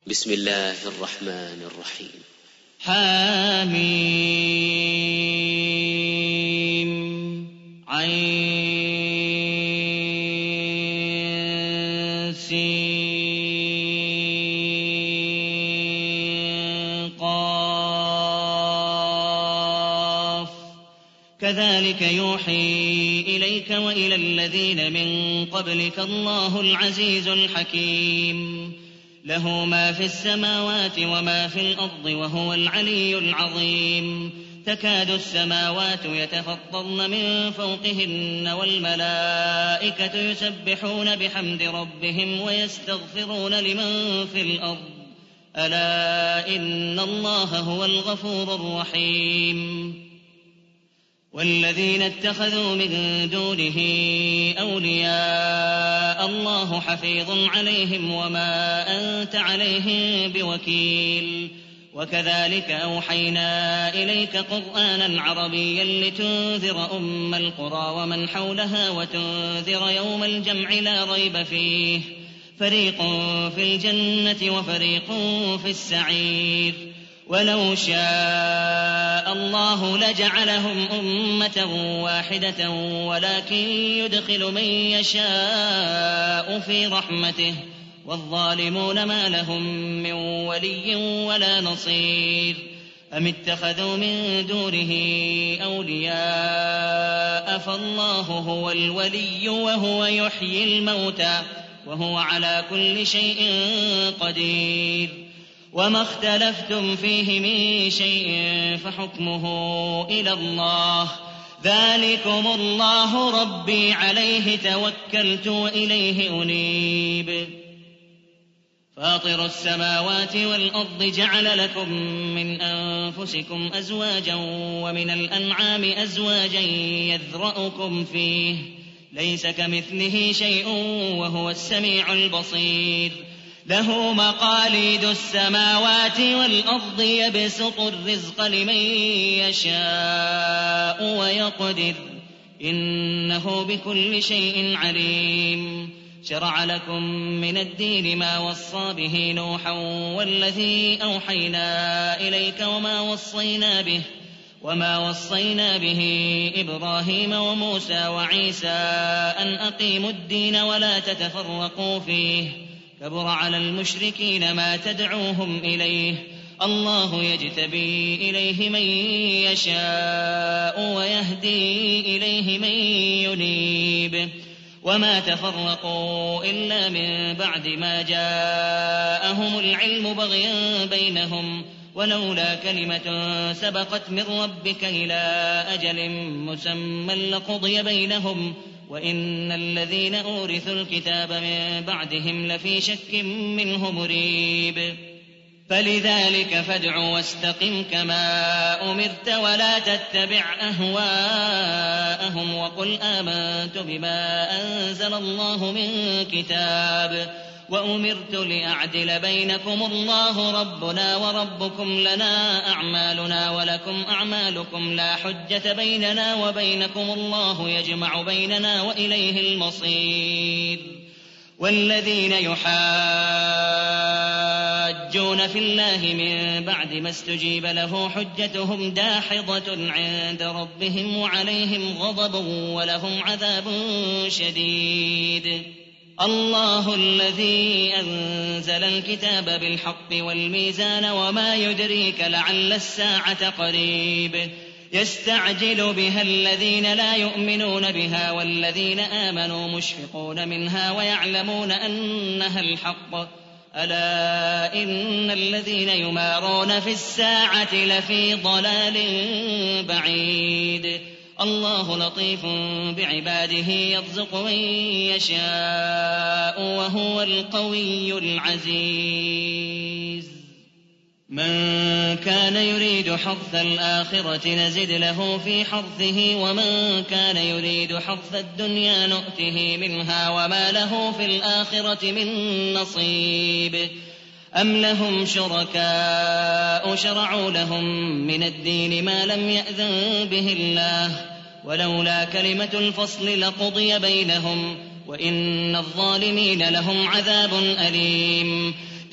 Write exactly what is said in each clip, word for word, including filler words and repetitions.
بسم الله الرحمن الرحيم. حميم عين سين قاف كذلك يوحي إليك وإلى الذين من قبلك الله العزيز الحكيم له ما في السماوات وما في الأرض وهو العلي العظيم تكاد السماوات يتفطرن من فوقهن والملائكة يسبحون بحمد ربهم ويستغفرون لمن في الأرض ألا إن الله هو الغفور الرحيم والذين اتخذوا من دونه أولياء الله حفيظ عليهم وما أنت عليهم بوكيل وكذلك أوحينا إليك قرآنا عربيا لتنذر أم القرى ومن حولها وتنذر يوم الجمع لا ريب فيه فريق في الجنة وفريق في السعير ولو شاء الله لجعلهم أمة واحدة ولكن يدخل من يشاء في رحمته والظالمون ما لهم من ولي ولا نصير أم اتخذوا من دونه أولياء فالله هو الولي وهو يحيي الموتى وهو على كل شيء قدير وما اختلفتم فيه من شيء فحكمه إلى الله ذلكم الله ربي عليه توكلت وإليه أنيب فاطر السماوات والأرض جعل لكم من أنفسكم أزواجا ومن الأنعام أزواجا يذرأكم فيه ليس كمثله شيء وهو السميع البصير له مقاليد السماوات والأرض يبسط الرزق لمن يشاء ويقدر إنه بكل شيء عليم شرع لكم من الدين ما وصى به نوحا والذي أوحينا إليك وما وصينا به وما وصينا به إبراهيم وموسى وعيسى أن أقيموا الدين ولا تتفرقوا فيه كبر على المشركين ما تدعوهم إليه الله يجتبي إليه من يشاء ويهدي إليه من ينيب وما تفرقوا إلا من بعد ما جاءهم العلم بغيا بينهم ولولا كلمة سبقت من ربك إلى أجل مسمى لقضي بينهم وإن الذين أورثوا الكتاب من بعدهم لفي شك منه مريب فلذلك فادع واستقم كما أمرت ولا تتبع أهواءهم وقل آمنت بما أنزل الله من كتاب وأمرت لأعدل بينكم الله ربنا وربكم لنا أعمالنا ولكم أعمالكم لا حجة بيننا وبينكم الله يجمع بيننا وإليه المصير والذين يحاجون في الله من بعد ما استجيب له حجتهم داحضة عند ربهم وعليهم غضب ولهم عذاب شديد الله الذي أنزل الكتاب بالحق والميزان وما يدريك لعل الساعة قريب يستعجل بها الذين لا يؤمنون بها والذين آمنوا مشفقون منها ويعلمون أنها الحق ألا إن الذين يمارون في الساعة لفي ضلال بعيد الله لطيف بعباده يرزق من يشاء وهو القوي العزيز من كان يريد حرث الآخرة نزد له في حرثه ومن كان يريد حرث الدنيا نؤته منها وما له في الآخرة من نصيب أم لهم شركاء شرعوا لهم من الدين ما لم يأذن به الله ولولا كلمة الفصل لقضي بينهم وإن الظالمين لهم عذاب أليم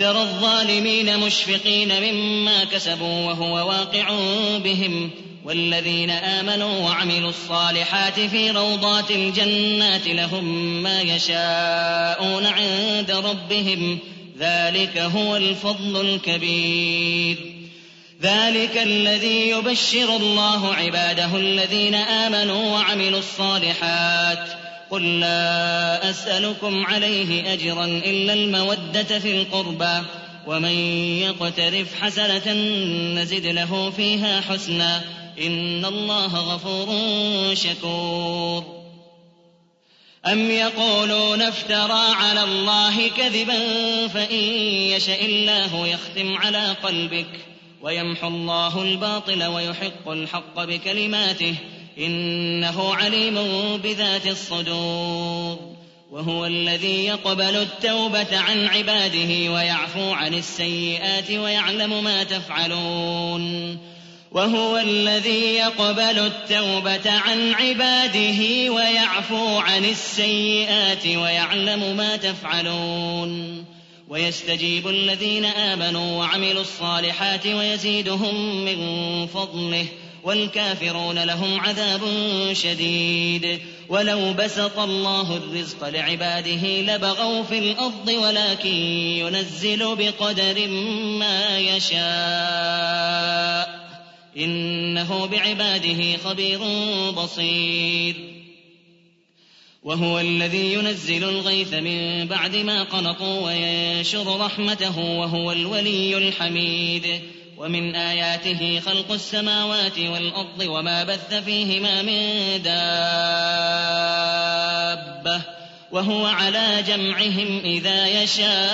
ترى الظالمين مشفقين مما كسبوا وهو واقع بهم والذين آمنوا وعملوا الصالحات في روضات الجنات لهم ما يشاءون عند ربهم ذلك هو الفضل الكبير. ذلك الذي يبشر الله عباده الذين آمنوا وعملوا الصالحات قل لا أسألكم عليه أجرا إلا المودة في القربى ومن يقترف حسنة نزد له فيها حسنا إن الله غفور شكور. أم يقولون افترى على الله كذبا فإن يشأ الله يختم على قلبك ويمحو الله الباطل ويحق الحق بكلماته إنه عليم بذات الصدور. وهو الذي يقبل التوبة عن عباده ويعفو عن السيئات ويعلم ما تفعلون وهو الذي يقبل التوبة عن عباده ويعفو عن السيئات ويعلم ما تفعلون ويستجيب الذين آمنوا وعملوا الصالحات ويزيدهم من فضله والكافرون لهم عذاب شديد. ولو بسط الله الرزق لعباده لبغوا في الأرض ولكن ينزل بقدر ما يشاء إنه بعباده خبير بصير. وهو الذي ينزل الغيث من بعد ما قنطوا وينشر رحمته وهو الولي الحميد. ومن آياته خلق السماوات والأرض وما بث فيهما من دابة وهو على جمعهم إذا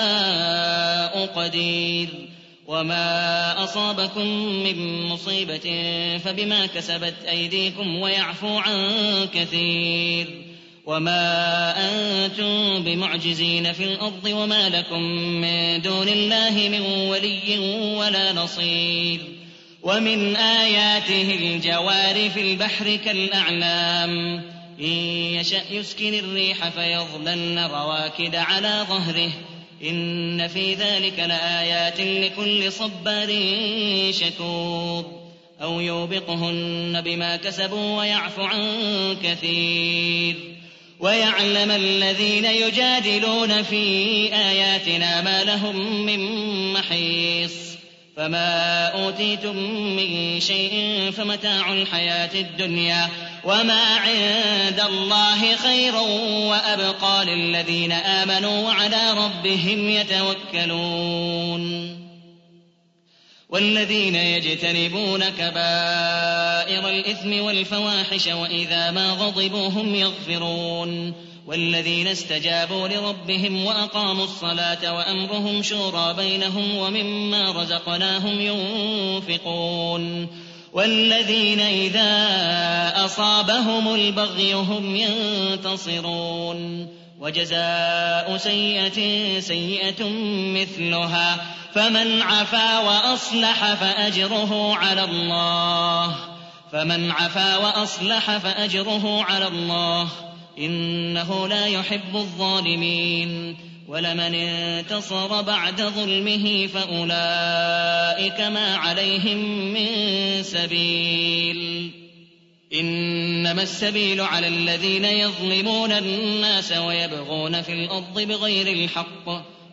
يشاء قدير. وما أصابكم من مصيبة فبما كسبت أيديكم ويعفو عن كثير. وما أنتم بمعجزين في الأرض وما لكم من دون الله من ولي ولا نصير. ومن آياته الجوار في البحر كالأعلام إن يشأ يسكن الريح فيظللن رواكد على ظهره إن في ذلك لآيات لكل صبار شكور. أو يوبقهن بما كسبوا ويعفو عن كثير. ويعلم الذين يجادلون في آياتنا ما لهم من محيص. فما أوتيتم من شيء فمتاع الحياة الدنيا وما عند الله خير وأبقى للذين آمنوا وعلى ربهم يتوكلون. والذين يجتنبون كبائر الإثم والفواحش وإذا ما غضبوا هم يغفرون. والذين استجابوا لربهم وأقاموا الصلاة وأمرهم شورى بينهم ومما رزقناهم ينفقون. والذين إذا أصابهم البغي هم ينتصرون. وجزاء سيئة سيئة مثلها فمن عفا وأصلح فأجره على الله فمن عفا وأصلح فأجره على الله إنه لا يحب الظالمين. ولمن انتصر بعد ظلمه فأولئك ما عليهم من سبيل. إنما السبيل على الذين يظلمون الناس ويبغون في الأرض بغير الحق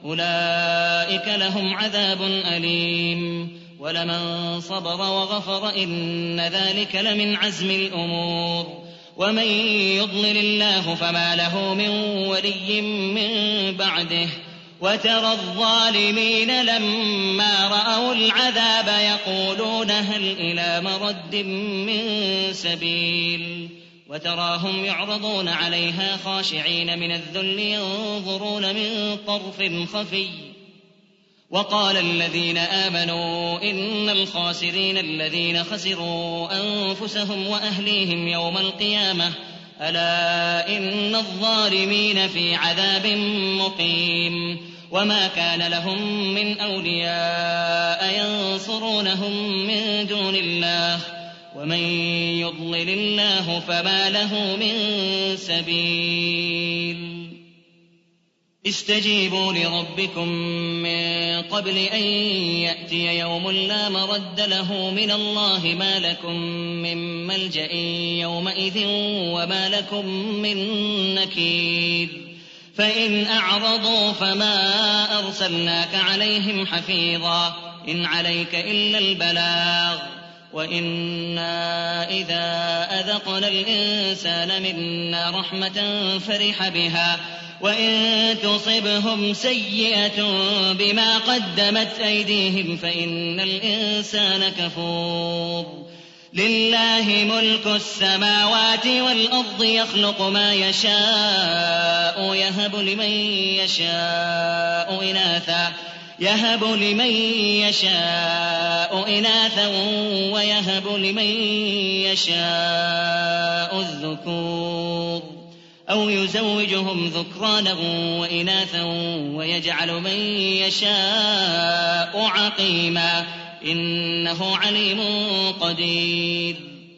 أولئك لهم عذاب أليم. ولمن صبر وغفر إن ذلك لمن عزم الأمور. ومن يضلل الله فما له من ولي من بعده. وترى الظالمين لما رأوا العذاب يقولون هل إلى مرد من سبيل. وتراهم يعرضون عليها خاشعين من الذل ينظرون من طرف خفي. وقال الذين آمنوا إن الخاسرين الذين خسروا أنفسهم وأهليهم يوم القيامة ألا إن الظالمين في عذاب مقيم. وما كان لهم من أولياء ينصرونهم من دون الله ومن يضلل الله فما له من سبيل. استجيبوا لربكم من قبل أن يأتي يوم لا مرد له من الله ما لكم من ملجأ يومئذ وما لكم من نكير فإن أعرضوا فما أرسلناك عليهم حفيظا إن عليك إلا البلاغ وإنا إذا أذقنا الإنسان منا رحمة فرح بها وإن تصبهم سيئة بما قدمت أيديهم فإن الإنسان كفور لله ملك السماوات والأرض يخلق ما يشاء يهب لمن يشاء إناثا يهب لمن يشاء إناثا ويهب لمن يشاء الذكور أو يزوجهم ذكرانا وإناثا ويجعل من يشاء عقيما إنه عليم قدير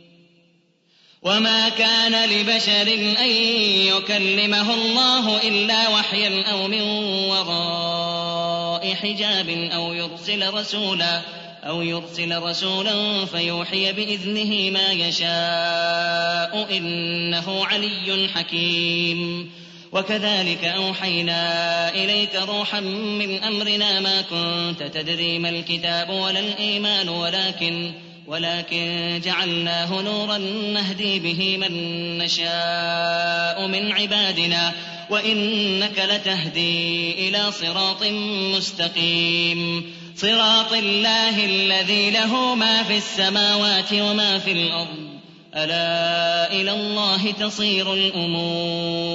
وما كان لبشر أن يكلمه الله إلا وحيا أو من وراء حجاب أو يرسل رسولا أو يرسل رسولا فيوحي بإذنه ما يشاء إنه علي حكيم وكذلك أوحينا إليك روحا من أمرنا ما كنت تدري ما الكتاب ولا الإيمان ولكن ولكن جعلناه نورا نهدي به من نشاء من عبادنا وإنك لتهدي إلى صراط مستقيم صراط الله الذي له ما في السماوات وما في الأرض ألا إلى الله تصير الأمور